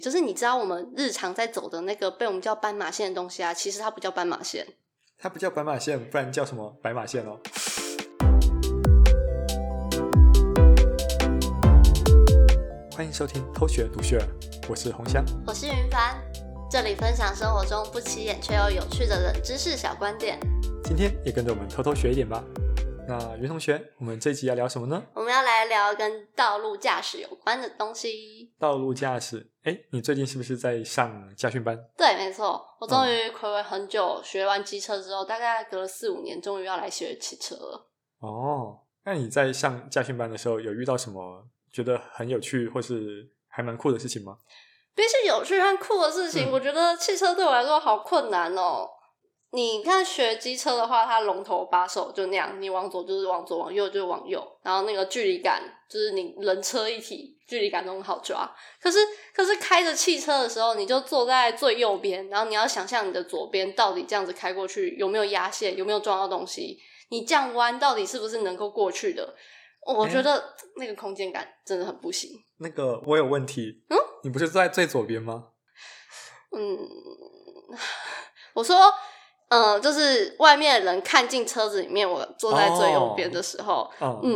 就是你知道我们日常在走的那个被我们叫斑马线的东西啊，其实它不叫斑马线。 它不叫斑马线，不然叫什么白马线哦。欢迎收听偷学读学，我是洪香， 我是云凡，这里分享生活中不起眼却又有趣的冷知识小观点。 今天也跟着我们偷偷学一点吧。那云同学，我们这一集要聊什么呢？ 我们要来聊跟道路驾驶有关的东西。 道路驾驶，你最近是不是在上驾训班？ 对，没错，我终于睽违很久，学完机车之后，大概隔了4-5年，终于要来学汽车了。 哦，那你在上驾训班的时候，有遇到什么觉得很有趣或是还蛮酷的事情吗？ 比起有趣和酷的事情，我觉得汽车对我来说好困难哦。你看学机车的话，它龙头把手就那样，你往左就是往左，往右就是往右，然后那个距离感就是你人车一体，距离感都很好抓。可是开着汽车的时候，你就坐在最右边，然后你要想象你的左边到底这样子开过去有没有压线，有没有撞到东西，你降弯到底是不是能够过去的。我觉得那个空间感真的很不行。 那个我有问题，你不是坐在最左边吗？ 我说就是外面的人看进车子里面，我坐在最右边的时候，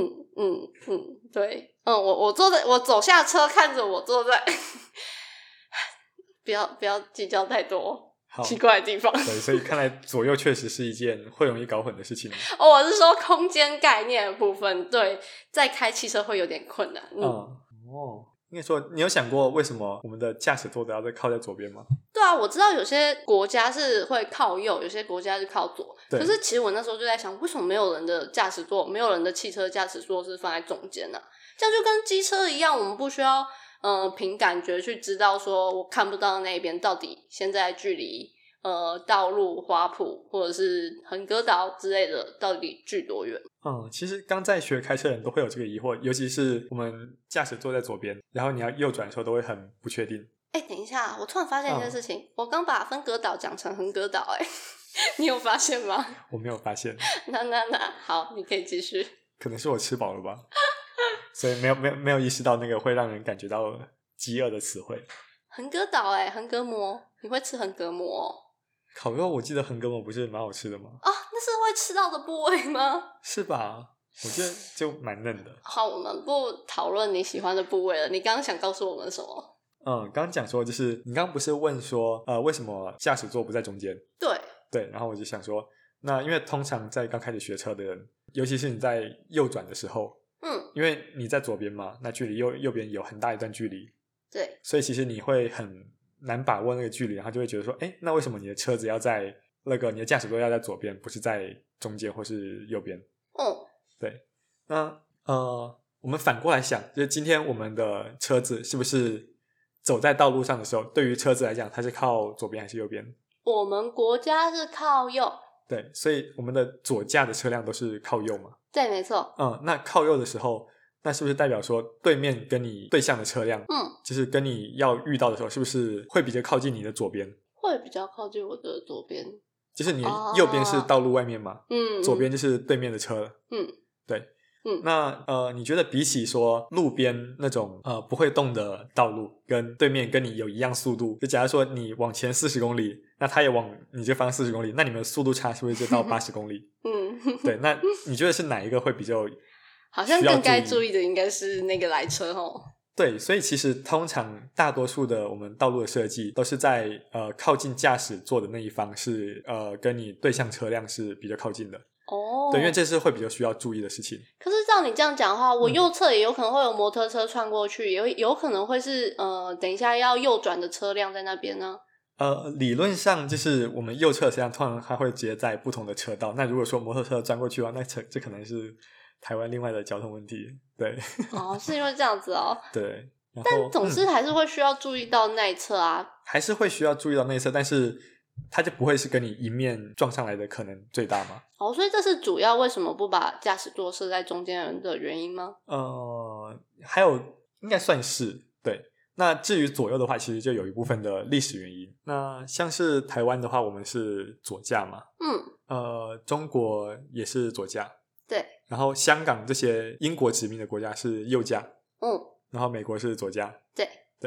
对，我走下车看着我坐在不要计较太多奇怪的地方。 对，所以看来左右确实是一件会容易搞混的事情。 我是说空间概念的部分，对，在开汽车会有点困难。 应该说你有想过为什么我们的驾驶座都要靠在左边吗？ 对啊，我知道有些国家是会靠右，有些国家是靠左。可是其实我那时候就在想，为什么没有人的驾驶座，没有人的汽车驾驶座是放在中间呢？这样就跟机车一样，我们不需要凭感觉去知道说我看不到那边到底现在距离道路花圃或者是横隔岛之类的到底距多远。 其实刚在学开车的人都会有这个疑惑，尤其是我们驾驶坐在左边，然后你要右转的时候都会很不确定。 等一下，我突然发现一件事情，我刚把分隔岛讲成横隔岛，你有发现吗？ 我没有发现。 那好，你可以继续。 可能是我吃饱了吧，所以没有意识到那个会让人感觉到饥饿的词汇。横隔岛横膈膜，你会吃横膈膜哦？ 烤肉我记得横膈膜不是蛮好吃的吗？ 那是会吃到的部位吗？ 是吧？我觉得就蛮嫩的。 好，我们不讨论你喜欢的部位了，你刚刚想告诉我们什么？ 刚刚讲说就是你刚刚不是问说为什么驾驶座不在中间？对，然后我就想说，那因为通常在刚开始学车的人，尤其是你在右转的时候，因为你在左边嘛，那距离右边有很大一段距离， 对， 所以其实你会很难把握那个距离，然后就会觉得说，那为什么你的车子要在你的驾驶座要在左边，不是在中间或是右边？对，那我们反过来想，就是今天我们的车子是不是走在道路上的时候，对于车子来讲，它是靠左边还是右边？ 我们国家是靠右。 对，所以我们的左驾的车辆都是靠右嘛？ 对，没错。 那靠右的时候，那是不是代表说对面跟你对向的车辆，就是跟你要遇到的时候，是不是会比较靠近你的左边？ 会比较靠近我的左边。 就是你的右边是道路外面嘛，左边就是对面的车了。对。那你觉得比起说路边那种不会动的道路，跟对面跟你有一样速度，就假如说你往前40公里，那他也往你这方40公里，那你们的速度差是不是就到80公里？对，那你觉得是哪一个会比较好像更该注意的应该是那个来车齁。 对，所以其实通常大多数的我们道路的设计都是在靠近驾驶座的那一方是跟你对向车辆是比较靠近的。对，因为这是会比较需要注意的事情。可是照你这样讲的话，我右侧也有可能会有摩托车穿过去，也有可能会是等一下要右转的车辆在那边呢。 理论上就是我们右侧车辆通常它会直接在不同的车道，那如果说摩托车钻过去的话，那这可能是台湾另外的交通问题。对， 是因为这样子哦。 对， 但总是还是会需要注意到内侧啊， 还是会需要注意到内侧，但是它就不会是跟你迎面撞上来的可能最大嘛。 所以这是主要为什么不把驾驶座设在中间人的原因吗？ 还有应该算是对。那至于左右的话，其实就有一部分的历史原因。那像是台湾的话，我们是左驾嘛，中国也是左驾， 对。 然后香港这些英国殖民的国家是右驾，然后美国是左驾， 对。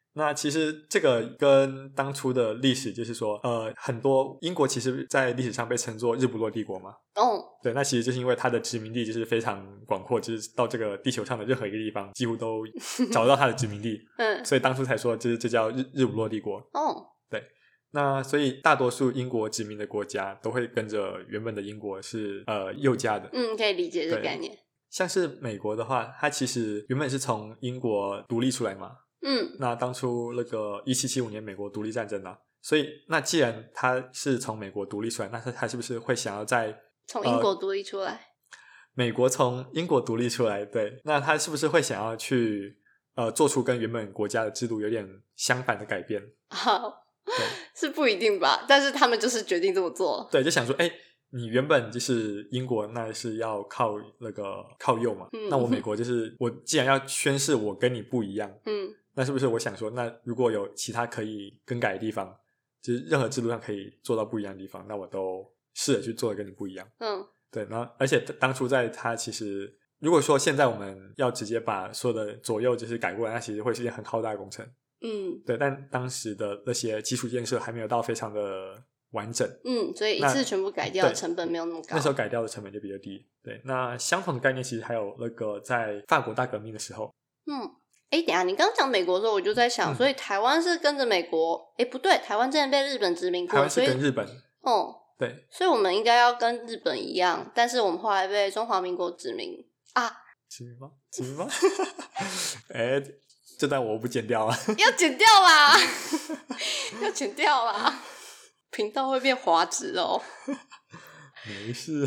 那其实这个跟当初的历史就是说很多英国其实在历史上被称作日不落帝国嘛。对，那其实就是因为它的殖民地就是非常广阔，就是到这个地球上的任何一个地方几乎都找得到它的殖民地所以当初才说这叫日不落帝国。对，那所以大多数英国殖民的国家都会跟着原本的英国是右家的。 可以理解这个概念。 像是美国的话，它其实原本是从英国独立出来嘛。那当初那个1775年美国独立战争啊，所以那既然它是从美国独立出来，那它是不是会想要在从英国独立出来？ 美国从英国独立出来，对，那他是不是会想要去做出跟原本国家的制度有点相反的改变？ 是不一定吧，但是他们就是决定这么做。 对，就想说你原本就是英国，那是要靠右嘛，那我美国就是我既然要宣示我跟你不一样，那是不是我想说，那如果有其他可以更改的地方，就是任何制度上可以做到不一样的地方，那我都试着去做的跟你不一样。对，然后而且当初在它其实如果说现在我们要直接把所有的左右就是改过来，那其实会是一件很浩大的工程。对，但当时的那些基础建设还没有到非常的完整。 所以一次全部改掉的成本没有那么高。 那时候改掉的成本就比较低。对，那相同的概念其实还有那个在法国大革命的时候。 等一下，你刚刚讲美国的时候我就在想，所以台湾是跟着美国不对，台湾之前被日本殖民过， 台湾是跟日本对， 所以我们应该要跟日本一样，但是我们后来被中华民国殖民啊。 殖民吗这段我不剪掉啊。 要剪掉啦要剪掉啦，频道会变滑质哦。 没事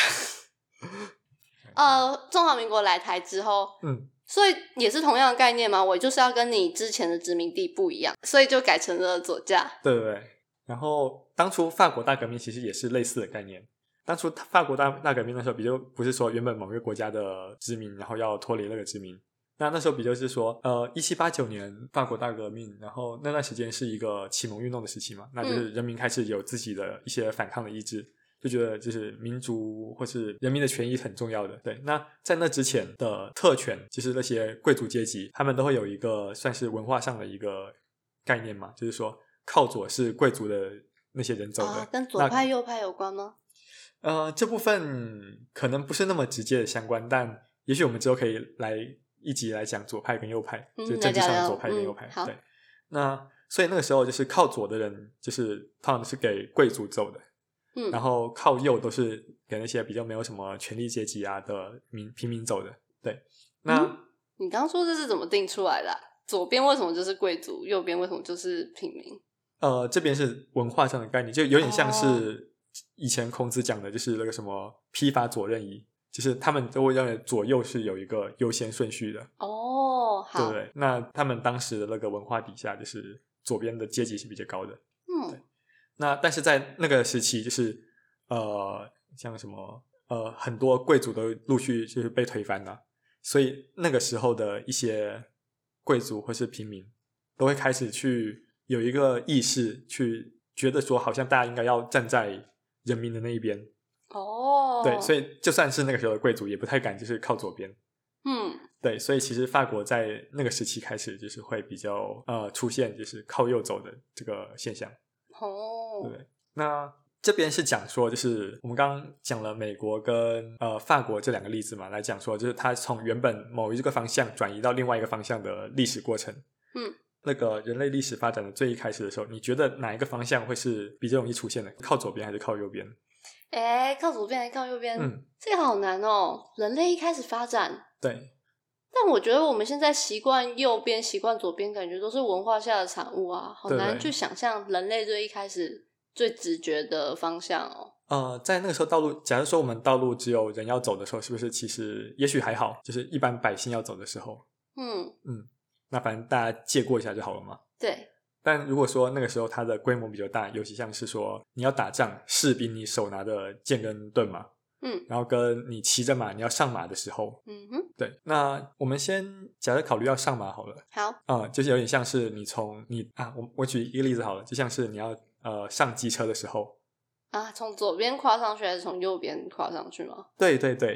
中华民国来台之后所以也是同样的概念吗？我就是要跟你之前的殖民地不一样，所以就改成了左驾。 对对对，然后当初法国大革命其实也是类似的概念。当初法国大革命的时候比较不是说原本某个国家的殖民然后要脱离那个殖民，那时候比较是说1789年法国大革命，然后那段时间是一个启蒙运动的时期嘛，那就是人民开始有自己的一些反抗的意志，就觉得就是民族或是人民的权益很重要的。对，那在那之前的特权就是那些贵族阶级他们都会有一个算是文化上的一个概念嘛，就是说靠左是贵族的那些人走的。 跟左派右派有关吗？ 这部分可能不是那么直接的相关，但也许我们之后可以来一集来讲左派跟右派，就是政治上的左派跟右派。对，那所以那个时候就是靠左的人就是通常是给贵族走的，然后靠右都是给那些比较没有什么权力阶级的平民走的。对，那你刚刚说这是怎么定出来的左边为什么就是贵族，右边为什么就是平民？ 这边是文化上的概念，就有点像是以前孔子讲的就是那个什么披发左衽仪，就是他们都会认为左右是有一个优先顺序的。 好， 对不对？那他们当时的那个文化底下就是左边的阶级是比较高的。对，那但是在那个时期就是像什么很多贵族都陆续就是被推翻了，所以那个时候的一些贵族或是平民都会开始去有一个意识，去觉得说好像大家应该要站在人民的那一边。对，所以就算是那个时候的贵族也不太敢就是靠左边。对，所以其实法国在那个时期开始就是会比较出现就是靠右走的这个现象。对，那这边是讲说就是我们刚刚讲了美国跟法国这两个例子嘛，来讲说就是它从原本某一个方向转移到另外一个方向的历史过程。那个人类历史发展的最一开始的时候，你觉得哪一个方向会是比较容易出现的？靠左边还是靠右边？ 靠左边还是靠右边？这个好难哦。人类一开始发展， 对， 但我觉得我们现在习惯右边习惯左边，感觉都是文化下的产物啊，好难去想象人类最一开始最直觉的方向哦。 在那个时候道路，假如说我们道路只有人要走的时候，是不是其实也许还好，就是一般百姓要走的时候那反正大家借过一下就好了嘛。 对， 但如果说那个时候它的规模比较大，尤其像是说你要打仗，士兵你手拿的剑跟盾嘛，然后跟你骑着马你要上马的时候，对，那我们先假设考虑要上马好了。 好， 就是有点像是我举一个例子好了，就像是你要上机车的时候从左边跨上去还是从右边跨上去吗？ 对对对，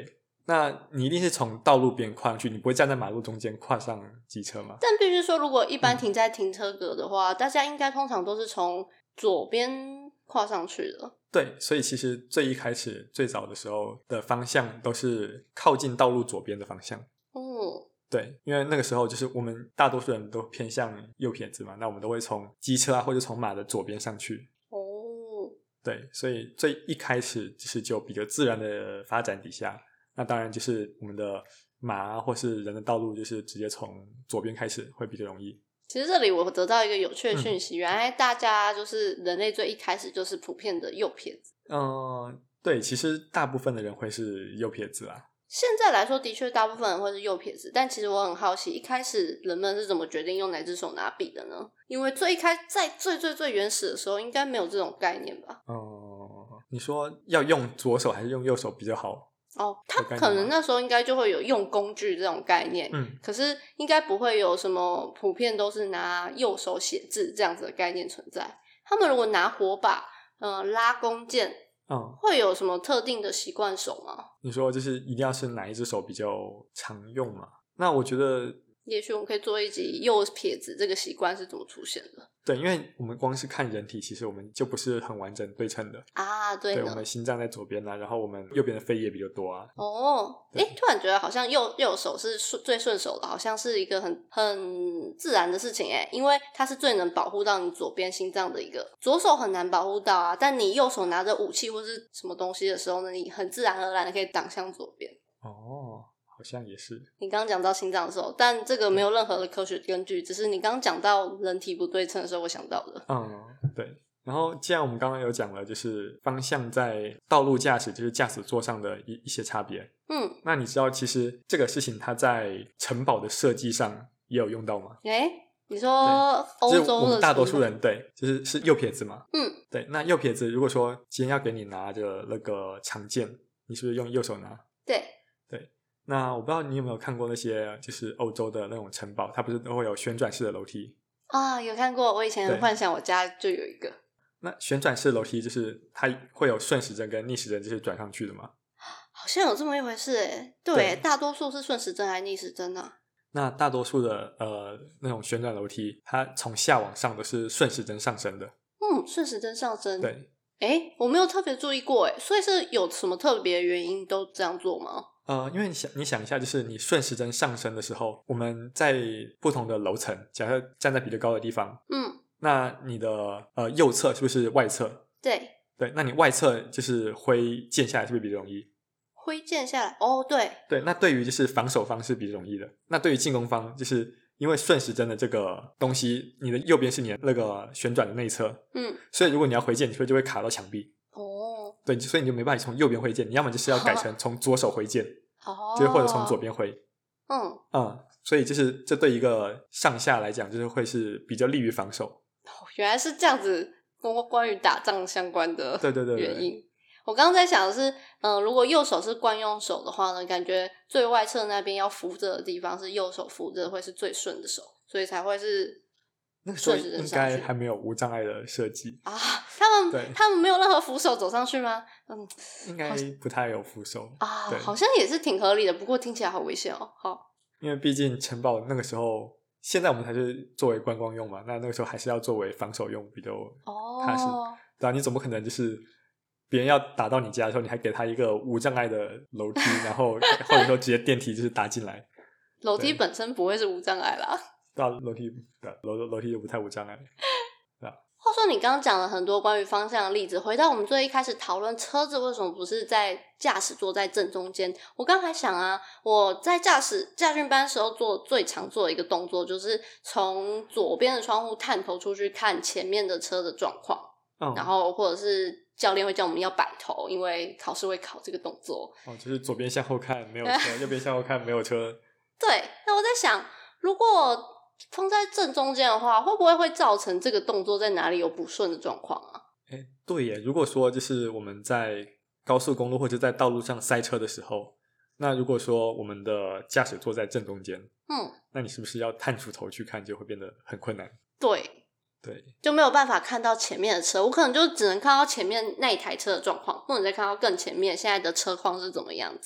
那你一定是从道路边跨上去，你不会站在马路中间跨上机车吗？ 但必须说，如果一般停在停车格的话，大家应该通常都是从左边跨上去的。 对，所以其实最一开始最早的时候的方向都是靠近道路左边的方向。对，因为那个时候就是我们大多数人都偏向右撇子嘛，那我们都会从机车啊或者从马的左边上去。对，所以最一开始就是就比较自然的发展底下，那当然就是我们的马或是人的道路就是直接从左边开始会比较容易。 其实这里我得到一个有趣的讯息，原来大家就是人类最一开始就是普遍的右撇子。 对，其实大部分的人会是右撇子啦。 现在来说的确大部分人会是右撇子，但其实我很好奇一开始人们是怎么决定用哪只手拿笔的呢？因为在最原始的时候应该没有这种概念吧。 你说要用左手还是用右手比较好？ 他可能那时候应该就会有用工具这种概念，可是应该不会有什么普遍都是拿右手写字这样子的概念存在。他们如果拿火把拉弓箭会有什么特定的习惯手吗？ 你说就是一定要是哪一只手比较常用嘛？那我觉得也许我们可以做一集右撇子这个习惯是怎么出现的。 对，因为我们光是看人体，其实我们就不是很完整对称的啊。对，我们心脏在左边啊，然后我们右边的肺叶比较多啊。 突然觉得好像右手是最顺手的，好像是一个很自然的事情因为它是最能保护到你左边心脏的一个。左手很难保护到啊，但你右手拿着武器或是什么东西的时候呢，你很自然而然的可以挡向左边。 好像也是。 你刚刚讲到心脏的时候，但这个没有任何的科学根据，只是你刚刚讲到人体不对称的时候我想到的。 对。然后既然我们刚刚有讲了就是方向在道路驾驶就是驾驶座上的一些差别，那你知道其实这个事情它在城堡的设计上也有用到吗？ 你说欧洲的， 就是我们大多数人对就是右撇子嘛，对。那右撇子如果说今天要给你拿着那个长剑，你是不是用右手拿？ 对。 那我不知道你有没有看过那些就是欧洲的那种城堡，它不是都会有旋转式的楼梯有看过，我以前幻想我家就有一个。 那旋转式楼梯就是它会有顺时针跟逆时针就是转上去的吗？ 好像有这么一回事对，大多数是顺时针还是逆时针啊？ 那大多数的那种旋转楼梯它从下往上都是顺时针上升的。 顺时针上升。 对。 我没有特别注意过所以是有什么特别原因都这样做吗？ 因为你想一下，就是你顺时针上升的时候，我们在不同的楼层，假设站在比较高的地方，那你的右侧是不是外侧？ 对， 那你外侧就是挥剑下来是不是比较容易？ 挥剑下来对， 那对于就是防守方是比较容易的。那对于进攻方，就是因为顺时针的这个东西，你的右边是你的那个旋转的内侧，所以如果你要挥剑，你就会卡到墙壁。对，所以你就没办法从右边挥剑，你要么就是要改成从左手挥剑，就是或者从左边挥。所以就是这对一个上下来讲，就是会是比较利于防守。 原来是这样子，关于打仗相关的原因。 对。 我刚刚在想的是，如果右手是惯用手的话呢，感觉最外侧那边要扶着的地方是右手扶着会是最顺的手，所以才会是顺时针上去。 那个应该还没有无障碍的设计他们没有任何扶手走上去吗？ 应该不太有扶手好像也是挺合理的，不过听起来好危险因为毕竟城堡那个时候，现在我们才是作为观光用嘛，那个时候还是要作为防守用比较踏实。对啊，你怎么可能就是别人要打到你家的时候，你还给他一个无障碍的楼梯，然后或者说直接电梯就是打进来。 楼梯本身不会是无障碍啦。 对啊，楼梯就不太无障碍。 话说你刚刚讲了很多关于方向的例子，回到我们最一开始讨论车子为什么不是在驾驶座在正中间，我刚还想我在驾训班时候最常做的一个动作就是从左边的窗户探头出去看前面的车的状况，然后或者是教练会叫我们要摆头，因为考试会考这个动作就是左边向后看没有车右边向后看没有车。 对，那我在想如果放在正中间的话，会不会造成这个动作在哪里有不顺的状况啊？ 对耶，如果说就是我们在高速公路或者在道路上塞车的时候，那如果说我们的驾驶座在正中间，那你是不是要探出头去看就会变得很困难？ 对，就没有办法看到前面的车，我可能就只能看到前面那一台车的状况，不能再看到更前面现在的车况是怎么样子。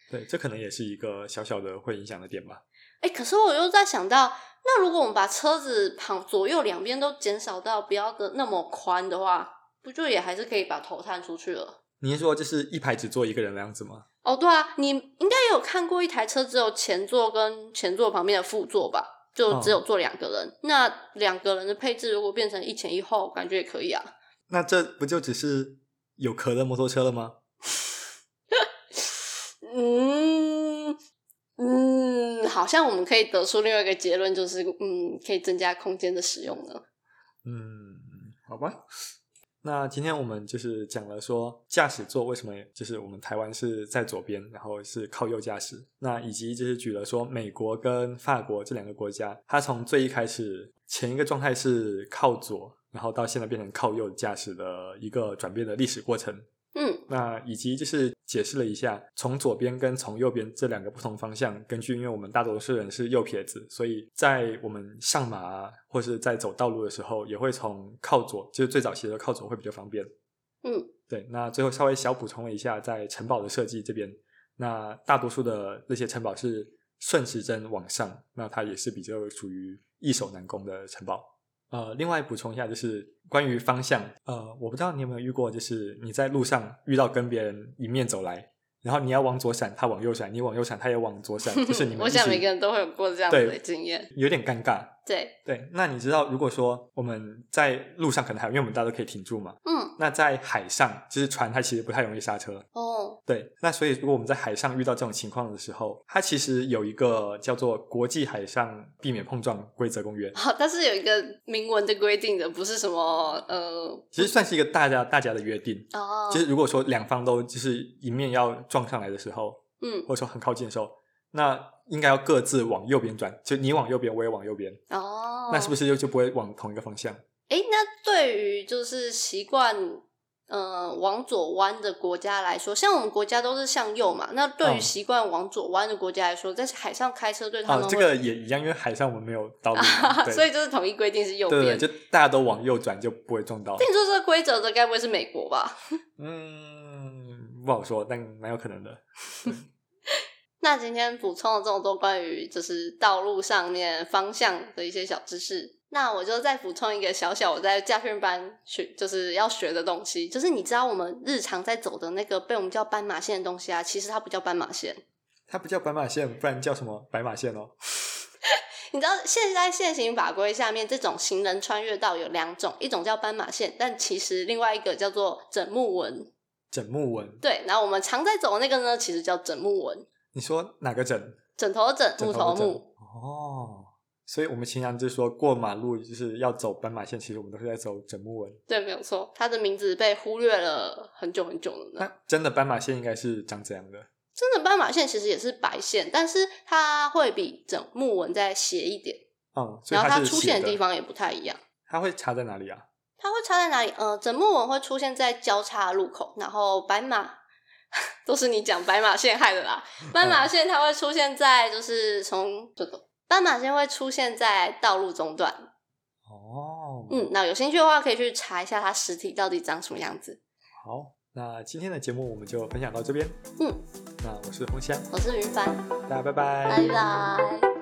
对，这可能也是一个小小的会影响的点吧。 可是我又在想到，那如果我们把车子旁左右两边都减少到不要的那么宽的话，不就也还是可以把头探出去了？ 你是说就是一排只坐一个人的样子吗？ 对啊，你应该也有看过一台车只有前座跟前座旁边的副座吧，就只有坐2个人。那2个人的配置如果变成一前一后，感觉也可以啊。 那这不就只是有壳的摩托车了吗？ 好像我们可以得出另外一个结论，就是可以增加空间的使用呢。 好吧。那今天我们就是讲了说驾驶座为什么就是我们台湾是在左边，然后是靠右驾驶，那以及就是举了说美国跟法国这2个国家，它从最一开始前一个状态是靠左，然后到现在变成靠右驾驶的一个转变的历史过程。那以及就是解释了一下从左边跟从右边这2个不同方向，根据因为我们大多数人是右撇子，所以在我们上马或是在走道路的时候也会从靠左，就是最早期的靠左会比较方便。对，那最后稍微小补充了一下在城堡的设计这边，那大多数的那些城堡是顺时针往上，那它也是比较属于易守难攻的城堡。另外补充一下就是关于方向，我不知道你有没有遇过，就是你在路上遇到跟别人迎面走来，然后你要往左闪，他往右闪，你往右闪，他也往左闪，就是你们我想每个人都会有过这样子的经验， 有点尴尬。 对， 那你知道如果说我们在路上可能还有，因为我们大家都可以停住嘛，那在海上就是船它其实不太容易刹车对，那所以如果我们在海上遇到这种情况的时候，它其实有一个叫做国际海上避免碰撞规则公约， 但是有一个明文的规定的，不是什么其实算是一个大家的约定就是如果说2方都就是迎面要撞上来的时候或者说很靠近的时候，那应该要各自往右边转，就你往右边我也往右边那是不是就不会往同一个方向？ 那对于就是习惯往左弯的国家来说，像我们国家都是向右嘛，那对于习惯往左弯的国家来说，在海上开车对他们这个也一样，因为海上我们没有道路所以就是统一规定是右边， 对，就大家都往右转就不会撞到。 听说这个规则的该不会是美国吧？ 不好说，但蛮有可能的那今天补充了这么多关于就是道路上面方向的一些小知识，那我就再补充一个小小我在驾训班就是要学的东西，就是你知道我们日常在走的那个被我们叫斑马线的东西啊，其实它不叫斑马线， 它不叫斑马线，不然叫什么白马线哦你知道现在现行法规下面这种行人穿越道有2种，一种叫斑马线，但其实另外一个叫做枕木纹。 枕木纹， 对，然后我们常在走的那个呢其实叫枕木纹。 你说哪个枕？ 枕头的枕，木头的木。 所以我们经常就说过马路就是要走斑马线，其实我们都是在走枕木纹。 对，没有错，它的名字被忽略了很久很久了呢。 那真的斑马线应该是长怎样的？ 真的斑马线其实也是白线，但是它会比枕木纹再斜一点。 所以它是斜的， 然后它出现的地方也不太一样。 它会插在哪里啊？ 它会插在哪里？枕木纹会出现在交叉路口，然后斑马都是你讲白马线害的啦。斑马线它会出现在就是从斑马线会出现在道路中段。那有兴趣的话可以去查一下它实体到底长什么样子。 好，那今天的节目我们就分享到这边。那我是洪翔， 我是云帆， 大家拜拜， 拜拜。